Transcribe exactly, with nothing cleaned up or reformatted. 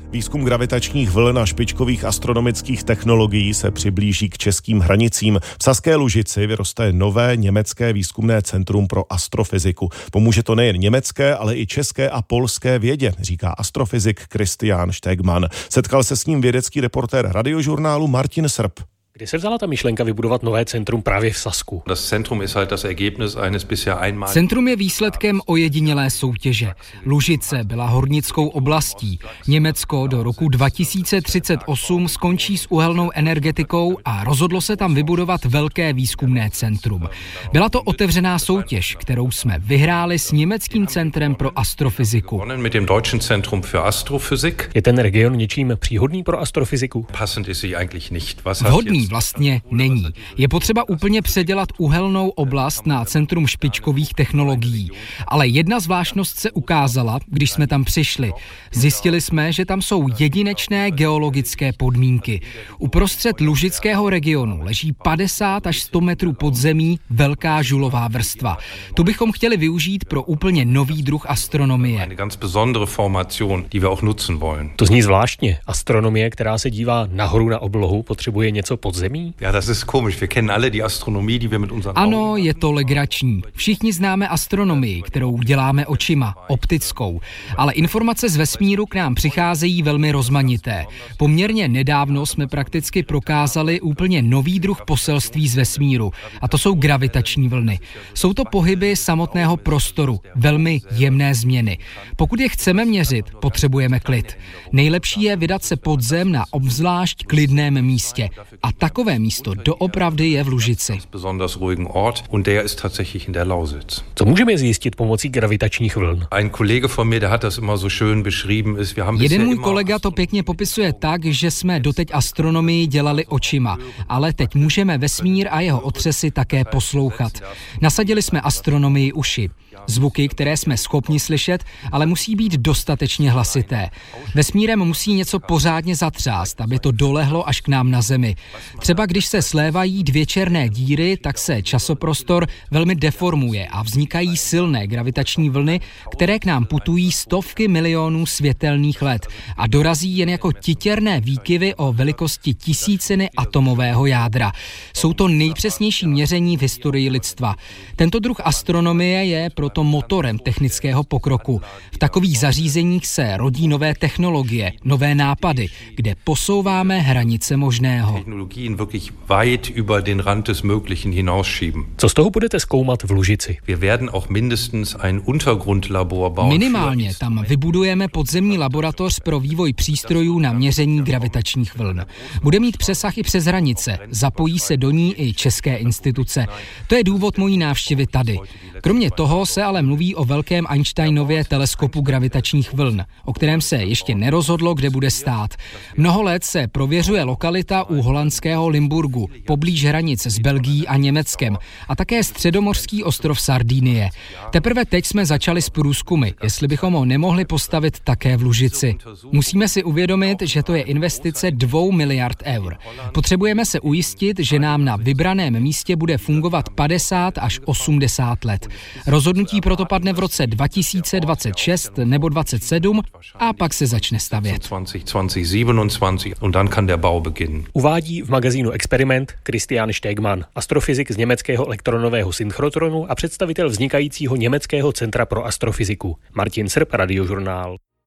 Výzkum gravitačních vln a špičkových astronomických technologií se přiblíží k českým hranicím. V Saské Lužici vyroste nové německé výzkumné centrum pro astrofyziku. Pomůže to nejen německé, ale i české a polské vědě, říká astrofyzik Christian Stegmann. Setkal se s ním vědecký reportér Radiožurnálu Martin Srp. Kdy se vzala ta myšlenka vybudovat nové centrum právě v Sasku? Centrum je výsledkem ojedinělé soutěže. Lužice byla hornickou oblastí. Německo do roku dva tisíce třicet osm skončí s uhelnou energetikou a rozhodlo se tam vybudovat velké výzkumné centrum. Byla to otevřená soutěž, kterou jsme vyhráli s německým centrem pro astrofyziku. Je ten region něčím příhodný pro astrofyziku? Vhodný vlastně není. Je potřeba úplně předělat uhelnou oblast na centrum špičkových technologií. Ale jedna zvláštnost se ukázala, když jsme tam přišli. Zjistili jsme, že tam jsou jedinečné geologické podmínky. Uprostřed lužického regionu leží padesát až sto metrů pod zemí velká žulová vrstva. Tu bychom chtěli využít pro úplně nový druh astronomie. To zní zvláštně. Astronomie, která se dívá nahoru na oblohu, potřebuje něco pod zemí? Ano, je to legrační. Všichni známe astronomii, kterou děláme očima, optickou. Ale informace z vesmíru k nám přicházejí velmi rozmanité. Poměrně nedávno jsme prakticky prokázali úplně nový druh poselství z vesmíru. A to jsou gravitační vlny. Jsou to pohyby samotného prostoru, velmi jemné změny. Pokud je chceme měřit, potřebujeme klid. Nejlepší je vydat se pod zem na obzvlášť klidném místě. A takové místo doopravdy je v Lužici. Co můžeme zjistit pomocí gravitačních vln? Jeden můj kolega to pěkně popisuje tak, že jsme doteď astronomii dělali očima, ale teď můžeme vesmír a jeho otřesy také poslouchat. Nasadili jsme astronomii uši. Zvuky, které jsme schopni slyšet, ale musí být dostatečně hlasité. Vesmírem musí něco pořádně zatřást, aby to dolehlo až k nám na Zemi. Třeba když se slévají dvě černé díry, tak se časoprostor velmi deformuje a vznikají silné gravitační vlny, které k nám putují stovky milionů světelných let a dorazí jen jako titěrné výkyvy o velikosti tisíciny atomového jádra. Jsou to nejpřesnější měření v historii lidstva. Tento druh astronomie je proto motorem technického pokroku. V takových zařízeních se rodí nové technologie, nové nápady, kde posouváme hranice možného. Co z toho budete zkoumat v Lužici? Minimálně tam vybudujeme podzemní laboratoř pro vývoj přístrojů na měření gravitačních vln. Bude mít přesah i přes hranice, zapojí se do ní i české instituce. To je důvod mojí návštěvy tady. Kromě toho se ale mluví o velkém Einsteinově teleskopu gravitačních vln, o kterém se ještě nerozhodlo, kde bude stát. Mnoho let se prověřuje lokalita u holandského Limburgu, poblíž hranic s Belgií a Německem, a také středomořský ostrov Sardinie. Teprve teď jsme začali s průzkumy, jestli bychom ho nemohli postavit také v Lužici. Musíme si uvědomit, že to je investice dvou miliard eur. Potřebujeme se ujistit, že nám na vybraném místě bude fungovat padesát až osmdesát let. Rozhodnutí proto padne v roce dva tisíce dvacet šest nebo dvacet sedm a pak se začne stavět. Uvádí v magazínu Experiment Christian Stegmann, astrofyzik z německého elektronového synchrotronu a představitel vznikajícího německého centra pro astrofyziku. Martin Srp, Radiožurnál.